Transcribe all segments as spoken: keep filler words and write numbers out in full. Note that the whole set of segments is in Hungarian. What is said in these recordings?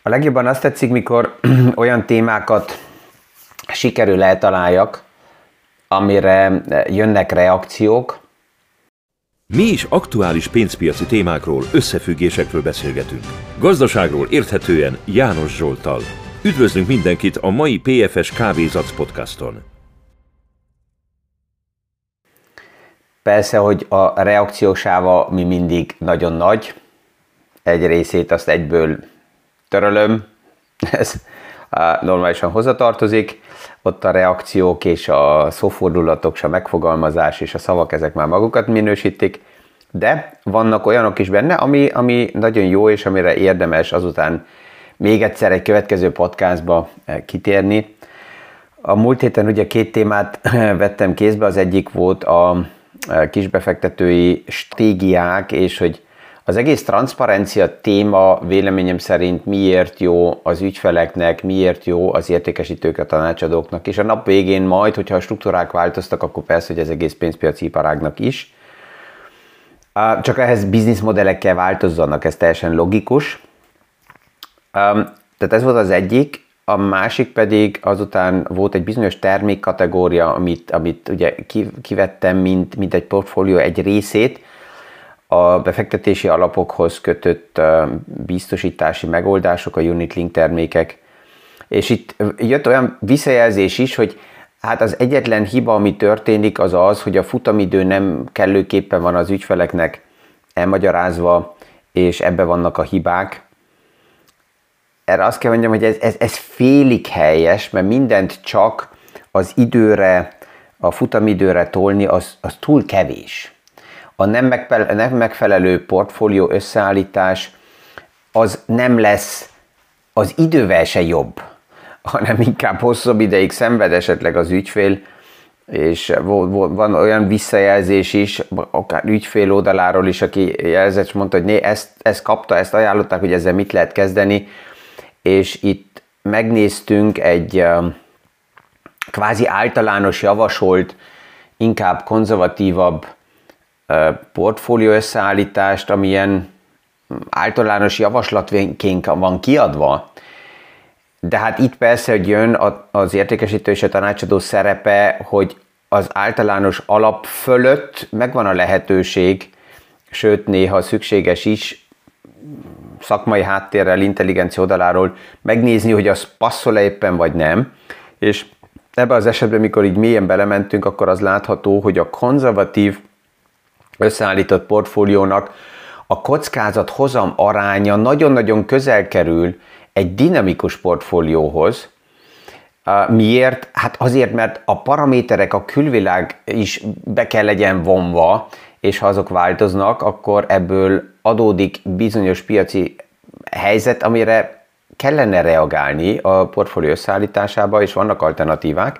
A legjobban azt tetszik, mikor olyan témákat sikerül eltaláljak, amire jönnek reakciók. Mi is aktuális pénzpiaci témákról, összefüggésekről beszélgetünk. Gazdaságról érthetően János Zsolttal. Üdvözlünk mindenkit a mai pé ef es Kávézac podcaston. Persze, hogy a reakciósáva mi mindig nagyon nagy. Egy részét azt egyből törölöm, ez normálisan hozzatartozik. Ott a reakciók és a szófordulatok, és a megfogalmazás és a szavak, ezek már magukat minősítik. De vannak olyanok is benne, ami, ami nagyon jó, és amire érdemes azután még egyszer egy következő podcastba kitérni. A múlt héten ugye két témát vettem kézbe, az egyik volt a kisbefektetői stratégiák, és hogy az egész transzparencia téma véleményem szerint miért jó az ügyfeleknek, miért jó az értékesítők, a tanácsadóknak, és a nap végén majd, hogyha a struktúrák változtak, akkor persze, hogy az egész pénzpiaci iparágnak is. Csak ehhez bizniszmodellekkel változzanak, ez teljesen logikus. Tehát ez volt az egyik, a másik pedig azután volt egy bizonyos termékkategória, amit, amit ugye kivettem, mint, mint egy portfólió egy részét, a befektetési alapokhoz kötött biztosítási megoldások, a unit link termékek. És itt jött olyan visszajelzés is, hogy hát az egyetlen hiba, ami történik, az az, hogy a futamidő nem kellőképpen van az ügyfeleknek elmagyarázva, és ebbe vannak a hibák. Erre azt kell mondjam, hogy ez, ez, ez félig helyes, mert mindent csak az időre, a futamidőre tolni, az, az túl kevés. A nem megfelelő, nem megfelelő portfólió összeállítás az nem lesz az idővel se jobb, hanem inkább hosszabb ideig szenved esetleg az ügyfél, és van olyan visszajelzés is, akár ügyfél oldaláról is, aki jelzett, és mondta, hogy né, ezt, ezt kapta, ezt ajánlották, hogy ezzel mit lehet kezdeni, és itt megnéztünk egy kvázi általános javasolt, inkább konzervatívabb portfólió összeállítást, amilyen általános javaslatként van kiadva, de hát itt persze, hogy jön az értékesítő és a tanácsadó szerepe, hogy az általános alap fölött megvan a lehetőség, sőt néha szükséges is, szakmai háttérrel, intelligencia oldaláról megnézni, hogy az passzol-e éppen vagy nem, és ebben az esetben, mikor így mélyen belementünk, akkor az látható, hogy a konzervatív összeállított portfóliónak a kockázat hozam aránya nagyon-nagyon közel kerül egy dinamikus portfólióhoz. Miért? Hát azért, mert a paraméterek, a külvilág is be kell legyen vonva, és ha azok változnak, akkor ebből adódik bizonyos piaci helyzet, amire kellene reagálni a portfólió összeállításába, és vannak alternatívák.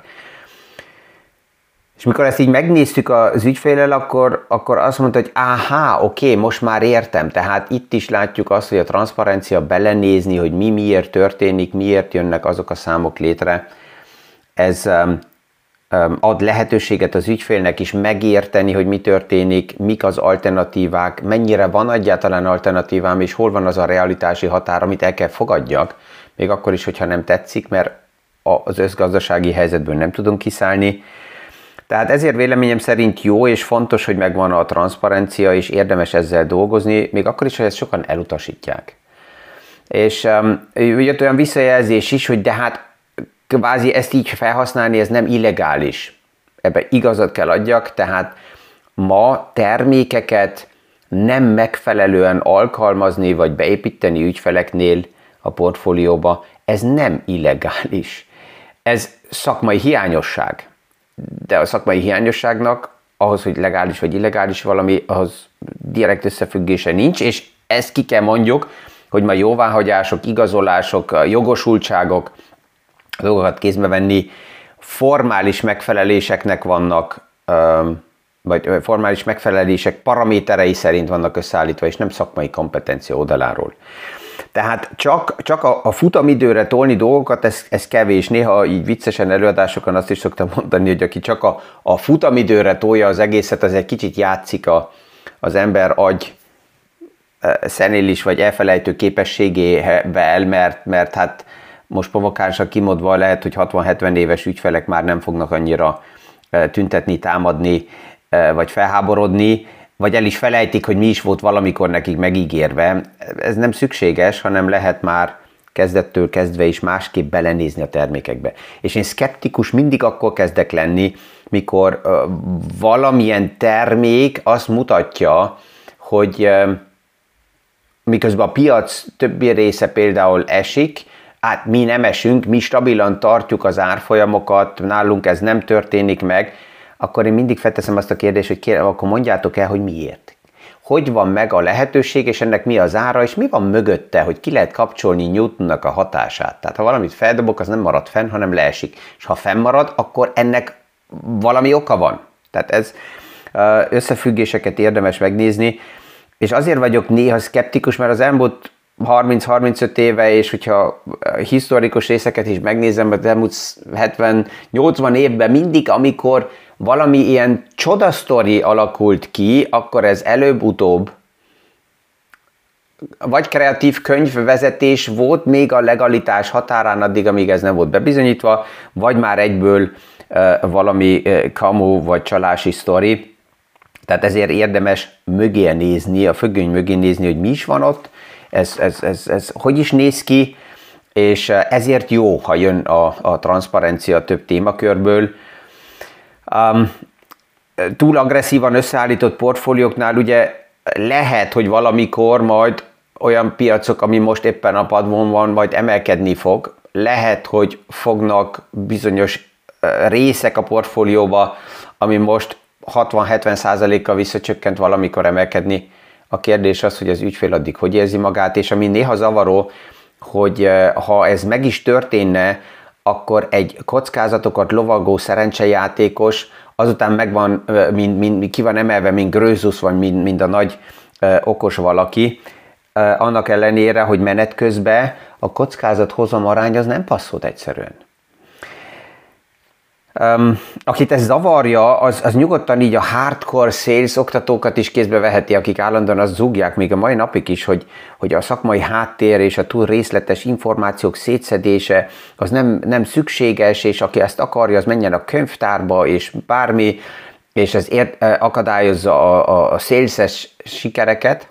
És mikor ezt így megnéztük az ügyféllel, akkor, akkor azt mondta, hogy áhá, oké, most már értem. Tehát itt is látjuk azt, hogy a transzparencia belenézni, hogy mi miért történik, miért jönnek azok a számok létre. Ez um, um, ad lehetőséget az ügyfélnek is megérteni, hogy mi történik, mik az alternatívák, mennyire van egyáltalán alternatívám, és hol van az a realitási határ, amit el kell fogadjak, még akkor is, hogyha nem tetszik, mert az összgazdasági helyzetből nem tudunk kiszállni. Tehát ezért véleményem szerint jó és fontos, hogy megvan a transzparencia, és érdemes ezzel dolgozni, még akkor is, hogy ezt sokan elutasítják. És um, jött olyan visszajelzés is, hogy de hát kvázi ezt így felhasználni, ez nem illegális. Ebben igazat kell adjak, tehát ma termékeket nem megfelelően alkalmazni, vagy beépíteni ügyfeleknél a portfólióba, ez nem illegális. Ez szakmai hiányosság. De a szakmai hiányosságnak ahhoz, hogy legális vagy illegális valami, ahhoz direkt összefüggése nincs, és ezt ki kell mondjuk, hogy ma jóváhagyások, igazolások, jogosultságok, dolgokat kézbe venni, formális megfeleléseknek vannak, vagy formális megfelelések paraméterei szerint vannak összeállítva, és nem szakmai kompetencia oldaláról. Tehát csak, csak a, a futamidőre tolni dolgokat, ez, ez kevés. Néha így viccesen előadásokon azt is szoktam mondani, hogy aki csak a, a futamidőre tolja az egészet, az egy kicsit játszik a, az ember agy szenilis vagy elfelejtő képességével, mert, mert hát most provokánsan kimondva lehet, hogy hatvan-hetven éves ügyfelek már nem fognak annyira tüntetni, támadni, vagy felháborodni, vagy el is felejtik, hogy mi is volt valamikor nekik megígérve. Ez nem szükséges, hanem lehet már kezdettől kezdve is másképp belenézni a termékekbe. És én szkeptikus mindig akkor kezdek lenni, mikor uh, valamilyen termék azt mutatja, hogy uh, miközben a piac többi része például esik, hát mi nem esünk, mi stabilan tartjuk az árfolyamokat, nálunk ez nem történik meg, akkor én mindig felteszem azt a kérdést, hogy kérem, akkor mondjátok el, hogy miért. Hogy van meg a lehetőség, és ennek mi az ára, és mi van mögötte, hogy ki lehet kapcsolni Newtonnak a hatását. Tehát ha valamit feldobok, az nem marad fenn, hanem leesik. És ha fennmarad, akkor ennek valami oka van. Tehát ez összefüggéseket érdemes megnézni, és azért vagyok néha szkeptikus, mert az elmúlt harminc-harmincöt éve, és hogyha historikus részeket is megnézem, az elmúlt hetven-nyolcvan évben mindig, amikor valami ilyen csodasztori alakult ki, akkor ez előbb-utóbb vagy kreatív könyvvezetés volt még a legalitás határán addig, amíg ez nem volt bebizonyítva, vagy már egyből uh, valami uh, kamu vagy csalási sztori. Tehát ezért érdemes mögé nézni, a függöny mögé nézni, hogy mi is van ott, ez, ez, ez, ez hogy is néz ki, és ezért jó, ha jön a, a transzparencia több témakörből. Um, túl agresszívan összeállított portfólióknál ugye lehet, hogy valamikor majd olyan piacok, ami most éppen a padon van, majd emelkedni fog. Lehet, hogy fognak bizonyos részek a portfólióba, ami most hatvan-hetven százalékkal visszacsökkent valamikor emelkedni. A kérdés az, hogy az ügyfél addig hogy érzi magát, és ami néha zavaró, hogy ha ez meg is történne, akkor egy kockázatokat lovagó szerencsejátékos azután megvan, mind, mind, ki van emelve, mint Grözus, vagy mind, mind a nagy ö, okos valaki, ö, annak ellenére, hogy menet közben a kockázat hozam arány az nem passzolt egyszerűen. Um, akit ez zavarja, az, az nyugodtan így a hardcore sales oktatókat is kézbe veheti, akik állandóan azt zúgják még a mai napig is, hogy, hogy a szakmai háttér és a túl részletes információk szétszedése az nem, nem szükséges, és aki ezt akarja, az menjen a könyvtárba, és bármi, és ez ért, akadályozza a, a, a sales-es sikereket.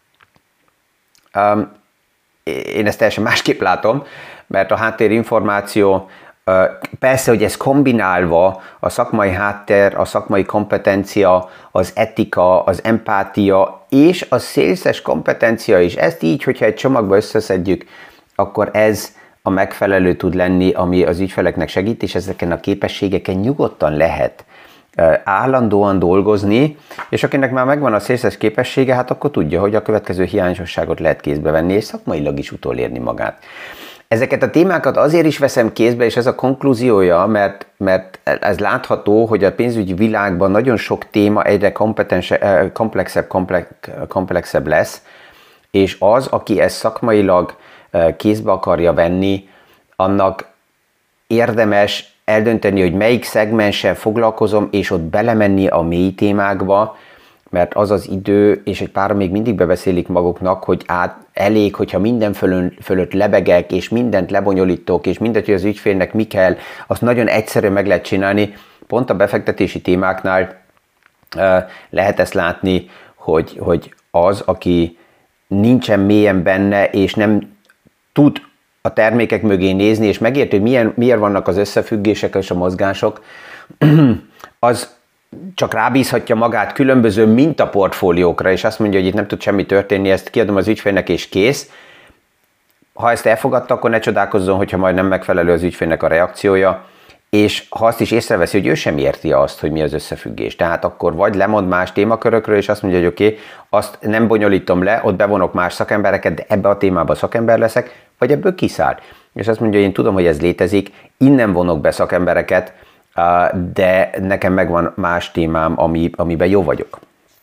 Um, én ezt teljesen másképp látom, mert a háttérinformáció persze, hogy ez kombinálva a szakmai háttér, a szakmai kompetencia, az etika, az empátia és a szélszes kompetencia is. Ezt így, hogyha egy csomagba összeszedjük, akkor ez a megfelelő tud lenni, ami az ügyfeleknek segít, és ezeken a képességeken nyugodtan lehet állandóan dolgozni, és akinek már megvan a szélszes képessége, hát akkor tudja, hogy a következő hiányosságot lehet kézbe venni, és szakmailag is utolérni magát. Ezeket a témákat azért is veszem kézbe, és ez a konklúziója, mert, mert ez látható, hogy a pénzügyi világban nagyon sok téma egyre komplexebb, komplex, komplexebb lesz, és az, aki ezt szakmailag kézbe akarja venni, annak érdemes eldönteni, hogy melyik szegmenssel foglalkozom, és ott belemenni a mély témákba, mert az az idő, és egy pár még mindig bebeszélik maguknak, hogy át, elég, hogyha minden fölön, fölött lebegek, és mindent lebonyolítok, és mindegy, hogy az ügyfélnek mi kell, azt nagyon egyszerűen meg lehet csinálni. Pont a befektetési témáknál uh, lehet ezt látni, hogy, hogy az, aki nincsen mélyen benne, és nem tud a termékek mögé nézni, és megérti, hogy milyen, miért vannak az összefüggések és a mozgások, az csak rábízhatja magát különböző mintaportfóliókra, és azt mondja, hogy itt nem tud semmi történni, ezt kiadom az ügyfélnek, és kész. Ha ezt elfogadta, akkor ne csodálkozzon, hogyha majd nem megfelelő az ügyfélnek a reakciója, és ha azt is észreveszi, hogy ő sem érti azt, hogy mi az összefüggés. Tehát akkor vagy lemond más témakörökről, és azt mondja, hogy oké, okay, azt nem bonyolítom le, ott bevonok más szakembereket, de ebbe a témába szakember leszek, vagy ebből kiszáll. És azt mondja, hogy én tudom, hogy ez létezik, innen vonok be szakembereket, de nekem megvan más témám, ami, amiben jó vagyok.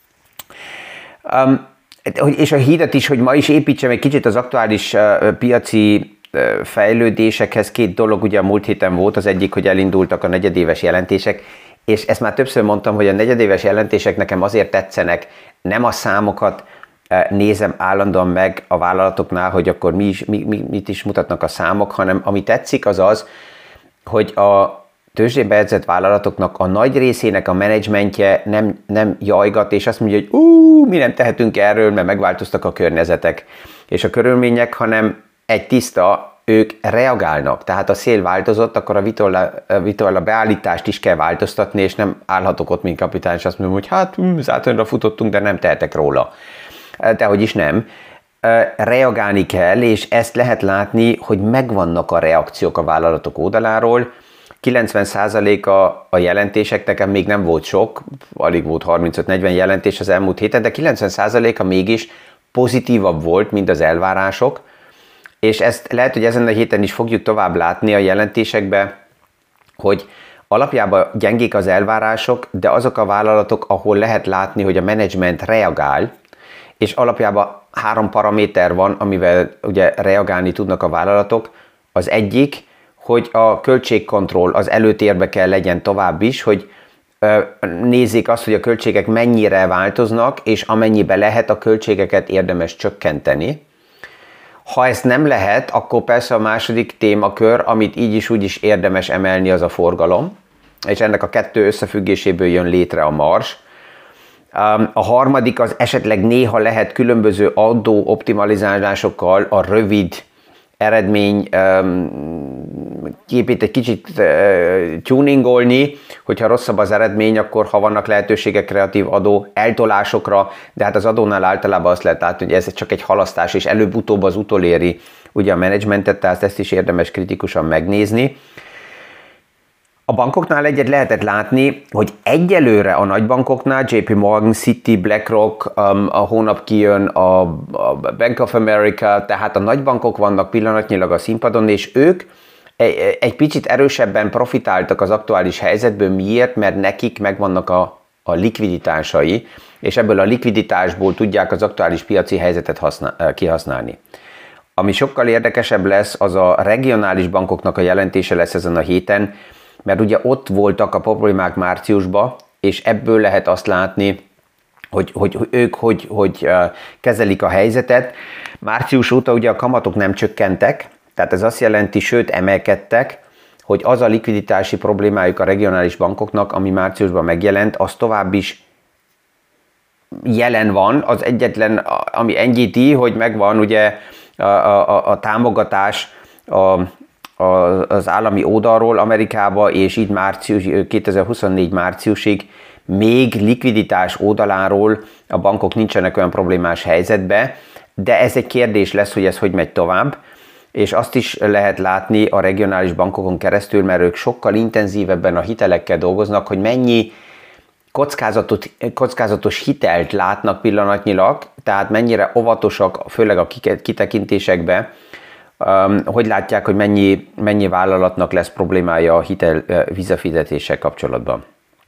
Um, és a hídet is, hogy ma is építsem egy kicsit az aktuális uh, piaci uh, fejlődésekhez. Két dolog ugye a múlt héten volt, az egyik, hogy elindultak a negyedéves jelentések, és ezt már többször mondtam, hogy a negyedéves jelentések nekem azért tetszenek, nem a számokat nézem állandóan meg a vállalatoknál, hogy akkor mi is, mi, mi, mit is mutatnak a számok, hanem ami tetszik az az, hogy a tőzsdén bejegyzett vállalatoknak a nagy részének a menedzsmentje nem, nem jajgat, és azt mondja, hogy ú, mi nem tehetünk erről, mert megváltoztak a környezetek és a körülmények, hanem egy tiszta, ők reagálnak. Tehát a szél változott, akkor a Vitolla, Vitolla beállítást is kell változtatni, és nem állhatok ott, mint kapitány, és azt mondom, hogy hát zátonyra futottunk, de nem tehetek róla. De hogy is nem. Reagálni kell, és ezt lehet látni, hogy megvannak a reakciók a vállalatok oldaláról. kilencven százaléka a jelentéseknek még nem volt sok, alig volt harmincöt-negyven jelentés az elmúlt héten, de kilencven százaléka mégis pozitívabb volt, mint az elvárások, és ezt lehet, hogy ezen a héten is fogjuk tovább látni a jelentésekbe, hogy alapjában gyengék az elvárások, de azok a vállalatok, ahol lehet látni, hogy a menedzsment reagál, és alapjában három paraméter van, amivel ugye reagálni tudnak a vállalatok. Az egyik, hogy a költségkontroll az előtérbe kell legyen tovább is, hogy nézzék azt, hogy a költségek mennyire változnak, és amennyibe lehet, a költségeket érdemes csökkenteni. Ha ezt nem lehet, akkor persze a második témakör, amit így is úgy is érdemes emelni, az a forgalom, és ennek a kettő összefüggéséből jön létre a mars. A harmadik az esetleg néha lehet különböző adó optimalizálásokkal a rövid eredmény képét egy kicsit tuningolni, hogyha rosszabb az eredmény, akkor ha vannak lehetőségek kreatív adó eltolásokra, de hát az adónál általában azt lehet látni, hogy ez csak egy halasztás, és előbb-utóbb az utoléri ugye a menedzsmentet, tehát ezt is érdemes kritikusan megnézni. A bankoknál egyet lehetett látni, hogy egyelőre a nagybankoknál, jé pé Morgan, Citi, BlackRock, um, a hónap kijön a, a Bank of America, tehát a nagybankok vannak pillanatnyilag a színpadon, és ők egy, egy picit erősebben profitáltak az aktuális helyzetből. Miért? Mert nekik megvannak a, a likviditásai, és ebből a likviditásból tudják az aktuális piaci helyzetet használ, kihasználni. Ami sokkal érdekesebb lesz, az a regionális bankoknak a jelentése lesz ezen a héten, mert ugye ott voltak a problémák márciusban, és ebből lehet azt látni, hogy, hogy, hogy ők hogy, hogy kezelik a helyzetet. Március óta ugye a kamatok nem csökkentek, tehát ez azt jelenti, sőt emelkedtek, hogy az a likviditási problémájuk a regionális bankoknak, ami márciusban megjelent, az tovább is jelen van. Az egyetlen, ami enyhíti, hogy megvan ugye a, a, a támogatás a az állami oldalról Amerikába, és így március, kétezer-huszonnégy márciusig még likviditás oldaláról a bankok nincsenek olyan problémás helyzetbe, de ez egy kérdés lesz, hogy ez hogy megy tovább, és azt is lehet látni a regionális bankokon keresztül, mert ők sokkal intenzívebben a hitelekkel dolgoznak, hogy mennyi kockázatot, kockázatos hitelt látnak pillanatnyilag, tehát mennyire óvatosak, főleg a kitekintésekbe, Um, hogy látják, hogy mennyi, mennyi vállalatnak lesz problémája a hitel uh, visszafizetéssel kapcsolatban.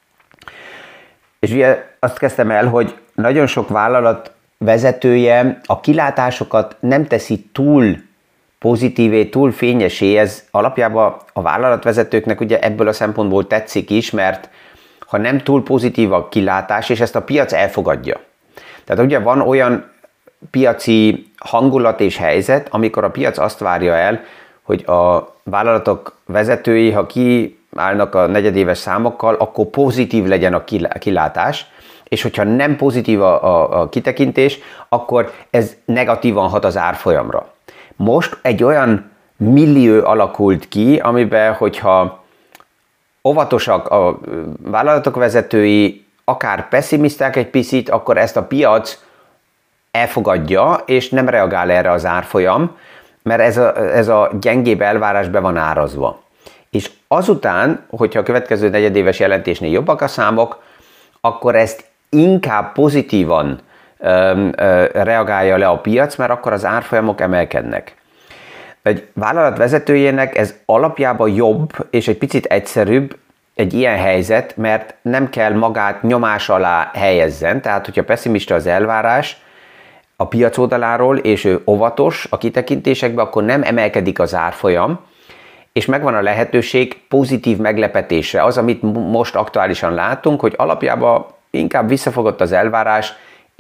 És ugye azt kezdtem el, hogy nagyon sok vállalat vezetője a kilátásokat nem teszi túl pozitívé, túl fényesé. Ez alapjában a vállalatvezetőknek ugye ebből a szempontból tetszik is, mert ha nem túl pozitív a kilátás, és ezt a piac elfogadja. Tehát ugye van olyan piaci hangulat és helyzet, amikor a piac azt várja el, hogy a vállalatok vezetői, ha kiállnak a negyedéves számokkal, akkor pozitív legyen a kilátás, és hogyha nem pozitív a, a, a kitekintés, akkor ez negatívan hat az árfolyamra. Most egy olyan millió alakult ki, amiben, hogyha óvatosak a vállalatok vezetői, akár pessimisták egy picit, akkor ezt a piac elfogadja, és nem reagál erre az árfolyam, mert ez a, ez a gyengébb elvárás be van árazva. És azután, hogyha a következő negyedéves jelentésnél jobbak a számok, akkor ezt inkább pozitívan ö, ö, reagálja le a piac, mert akkor az árfolyamok emelkednek. Egy vállalat vezetőjének ez alapjában jobb, és egy picit egyszerűbb egy ilyen helyzet, mert nem kell magát nyomás alá helyezzen, tehát hogyha pessimista az elvárás a piac oldaláról, és ő óvatos a kitekintésekben, akkor nem emelkedik az árfolyam, és megvan a lehetőség pozitív meglepetésre. Az, amit most aktuálisan látunk, hogy alapjában inkább visszafogott az elvárás,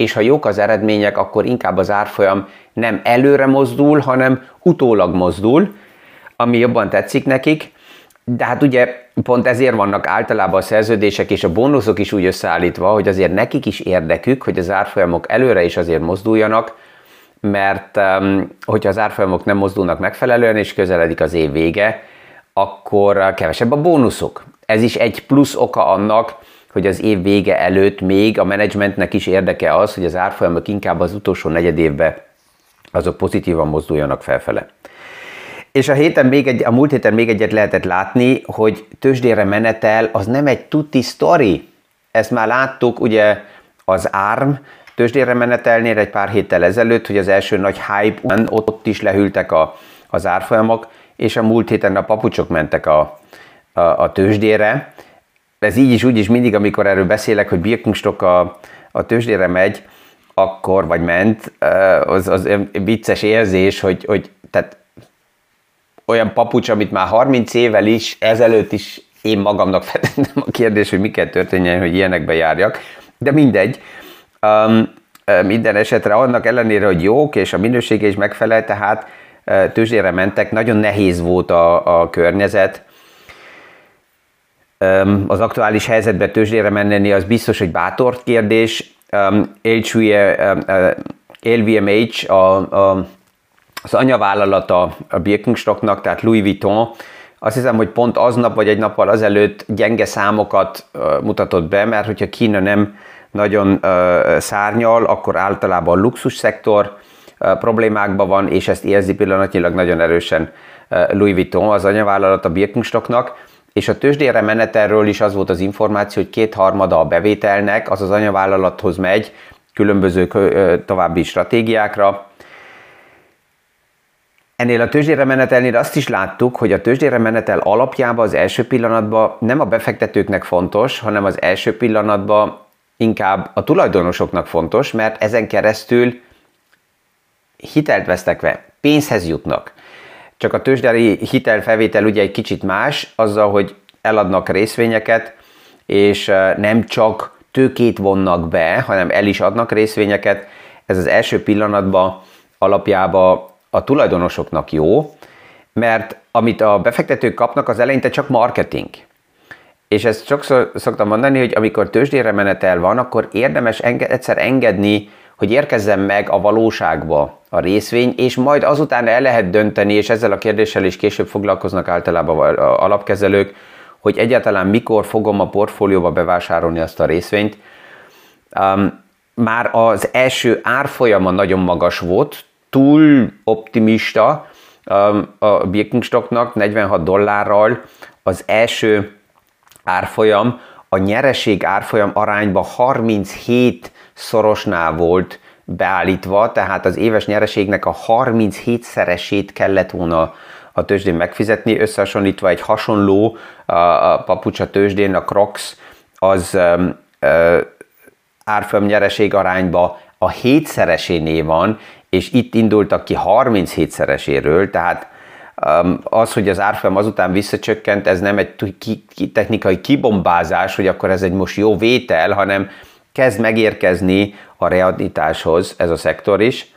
és ha jók az eredmények, akkor inkább az árfolyam nem előre mozdul, hanem utólag mozdul, ami jobban tetszik nekik. De hát ugye pont ezért vannak általában a szerződések és a bónuszok is úgy összeállítva, hogy azért nekik is érdekük, hogy az árfolyamok előre is azért mozduljanak, mert hogyha az árfolyamok nem mozdulnak megfelelően és közeledik az év vége, akkor kevesebb a bónuszok. Ez is egy plusz oka annak, hogy az év vége előtt még a menedzsmentnek is érdeke az, hogy az árfolyamok inkább az utolsó negyedévben azok pozitívan mozduljanak felfele. És a, héten még egy, a múlt héten még egyet lehetett látni, hogy tőzsdére menetel az nem egy tuti sztori. Ezt már láttuk ugye az á er em tőzsdére menetelnél egy pár héttel ezelőtt, hogy az első nagy hype után ott is lehűltek a, az árfolyamok, és a múlt héten a papucsok mentek a, a, a tőzsdére. Ez így is, úgy is mindig, amikor erről beszélek, hogy Birkenstock a, a tőzsdére megy, akkor, vagy ment, az, az vicces érzés, hogy, hogy tehát olyan papucs, amit már harminc évvel is, ezelőtt is én magamnak feltettem a kérdés, hogy mi kell történjen, hogy ilyenekbe járjak, de mindegy. Um, minden esetre annak ellenére, hogy jók, és a minősége is megfelel, tehát tőzsdére mentek, nagyon nehéz volt a, a környezet. Um, az aktuális helyzetben tőzsdére menni, az biztos, hogy bátor kérdés. Um, el vé em há, a, a az anyavállalata a Birkenstocknak, tehát Louis Vuitton, azt hiszem, hogy pont aznap vagy egy nappal azelőtt gyenge számokat uh, mutatott be, mert hogyha Kína nem nagyon uh, szárnyal, akkor általában a luxus szektor uh, problémákban van, és ezt érzi pillanatnyilag nagyon erősen uh, Louis Vuitton, az anyavállalat a Birkenstocknak, és a tőzsdére menetelről is az volt az információ, hogy kétharmada a bevételnek az az anyavállalathoz megy, különböző uh, további stratégiákra. Ennél a tőzsdére menetelnél azt is láttuk, hogy a tőzsdére menetel alapjában az első pillanatban nem a befektetőknek fontos, hanem az első pillanatban inkább a tulajdonosoknak fontos, mert ezen keresztül hitelt vesznek be, pénzhez jutnak. Csak a tőzsdei hitelfelvétel ugye egy kicsit más, azzal, hogy eladnak részvényeket, és nem csak tőkét vonnak be, hanem el is adnak részvényeket. Ez az első pillanatban alapjában a tulajdonosoknak jó, mert amit a befektetők kapnak, az eleinte csak marketing. És ezt sokszor szoktam mondani, hogy amikor tőzsdére menetel van, akkor érdemes enge- egyszer engedni, hogy érkezzen meg a valóságba a részvény, és majd azután el lehet dönteni, és ezzel a kérdéssel is később foglalkoznak általában a alapkezelők, hogy egyáltalán mikor fogom a portfólióba bevásárolni azt a részvényt. Um, már az első árfolyama nagyon magas volt, túl optimista a Birkenstocknak, negyvenhat dollárral az első árfolyam, a nyereség árfolyam arányban harminchét szorosnál volt beállítva, tehát az éves nyereségnek a harminchét-szeresét kellett volna a tőzsdén megfizetni, összehasonlítva egy hasonló a papucs a tőzsdén, a Crocs, az árfolyam nyereség arányban a hétszeresénél van, és itt indultak ki harminchét-szereséről, tehát az, hogy az árfolyam azután visszacsökkent, ez nem egy ki, ki, technikai kibombázás, hogy akkor ez egy most jó vétel, hanem kezd megérkezni a realitáshoz ez a szektor is.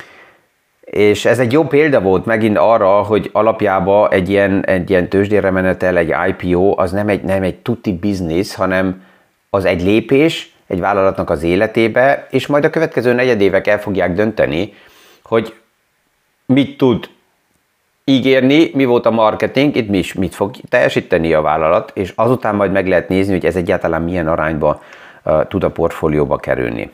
És ez egy jó példa volt megint arra, hogy alapjában egy ilyen, egy ilyen tőzsdére menetel, egy i pé o, az nem egy, nem egy tuti biznisz, hanem az egy lépés egy vállalatnak az életébe, és majd a következő negyedévek el fogják dönteni, hogy mit tud ígérni, mi volt a marketing, itt mi is, mit fog teljesíteni a vállalat, és azután majd meg lehet nézni, hogy ez egyáltalán milyen arányba uh, tud a portfólióba kerülni.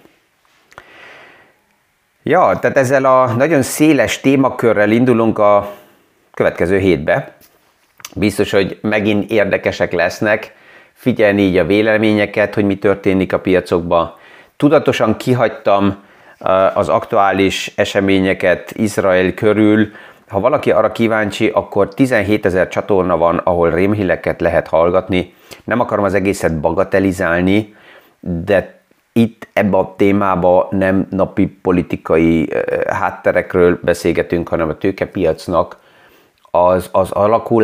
Ja, tehát ezzel a nagyon széles témakörrel indulunk a következő hétbe. Biztos, hogy megint érdekesek lesznek, figyelni így a véleményeket, hogy mi történik a piacokban. Tudatosan kihagytam az aktuális eseményeket Izrael körül. Ha valaki arra kíváncsi, akkor tizenhétezer csatorna van, ahol rémhíreket lehet hallgatni. Nem akarom az egészet bagatelizálni, de itt ebben a témában nem napi politikai hátterekről beszélgetünk, hanem a tőkepiacnak az, az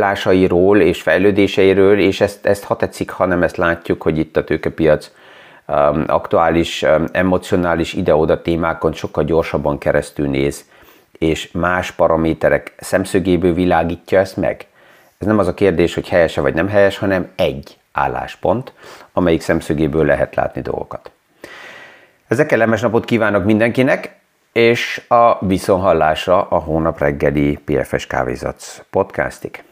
alakulásairól és fejlődéseiről, és ezt, ezt ha tetszik, ha nem, ezt látjuk, hogy itt a tőkepiac aktuális, emocionális ide-oda témákon sokkal gyorsabban keresztül néz, és más paraméterek szemszögéből világítja ezt meg. Ez nem az a kérdés, hogy helyes-e vagy nem helyes, hanem egy álláspont, amelyik szemszögéből lehet látni dolgokat. Ezzel kellemes napot kívánok mindenkinek, és a viszonthallásra a hónap reggeli pé ef es Kávézac podcastig.